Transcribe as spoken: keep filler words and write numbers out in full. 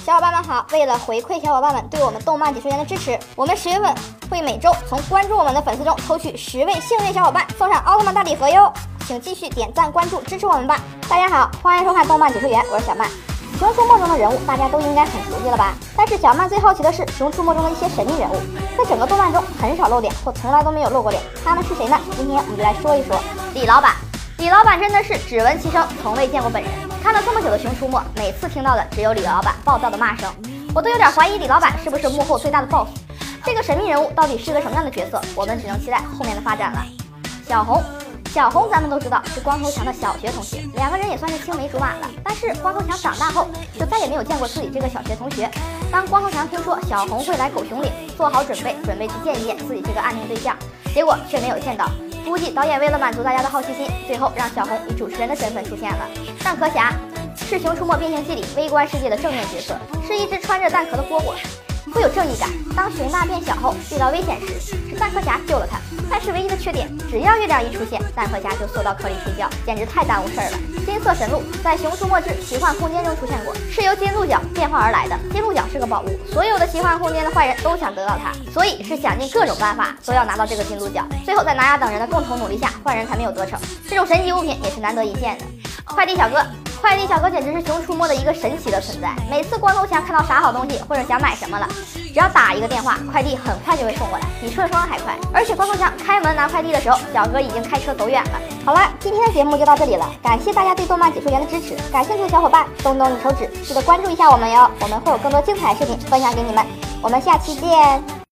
小伙伴们好！为了回馈小伙伴们对我们动漫解说员的支持，我们十月份会每周从关注我们的粉丝中抽取十位幸运小伙伴，送上奥特曼大礼盒哟！请继续点赞关注支持我们吧！大家好，欢迎收看动漫解说员，我是小曼。熊出没中的人物大家都应该很熟悉了吧？但是小曼最好奇的是熊出没中的一些神秘人物，在整个动漫中很少露脸，或从来都没有露过脸。他们是谁呢？今天我们就来说一说李老板。李老板真的是只闻其声，从未见过本人。看了这么久的熊出没，每次听到的只有李老板暴躁的骂声，我都有点怀疑李老板是不是幕后最大的 boss。这个神秘人物到底是个什么样的角色？我们只能期待后面的发展了。小红。小红咱们都知道是光头强的小学同学，两个人也算是青梅竹马了。但是光头强长大后就再也没有见过自己这个小学同学。当光头强听说小红会来狗熊岭，做好准备，准备去见一见自己这个暗恋对象，结果却没有见到。估计导演为了满足大家的好奇心，最后让小红以主持人的身份出现了。蛋壳侠是《熊出没变形记》里微观世界的正面角色，是一只穿着蛋壳的蝈蝈，富有正义感。当熊大变小后遇到危险时，是蛋壳侠救了他。但是唯一的缺点，只要月亮一出现，蛋壳侠就缩到壳里睡觉，简直太耽误事儿了。金色神鹿在《熊出没之奇幻空间》中出现过，是由金鹿角变化而来的。金鹿角是个宝物，所有的奇幻空间的坏人都想得到它，所以是想尽各种办法都要拿到这个金鹿角。最后在拿亚等人的共同努力下，坏人才没有得逞。这种神奇物品也是难得一见的。快递小哥。快递小哥简直是熊出没的一个神奇的存在。每次光头强看到啥好东西或者想买什么了，只要打一个电话，快递很快就会送过来，比顺丰还快。而且光头强开门拿快递的时候，小哥已经开车走远了。好了，今天的节目就到这里了，感谢大家对动漫解说员的支持。感兴趣的小伙伴动动你手指，记得关注一下我们哟，我们会有更多精彩视频分享给你们。我们下期见。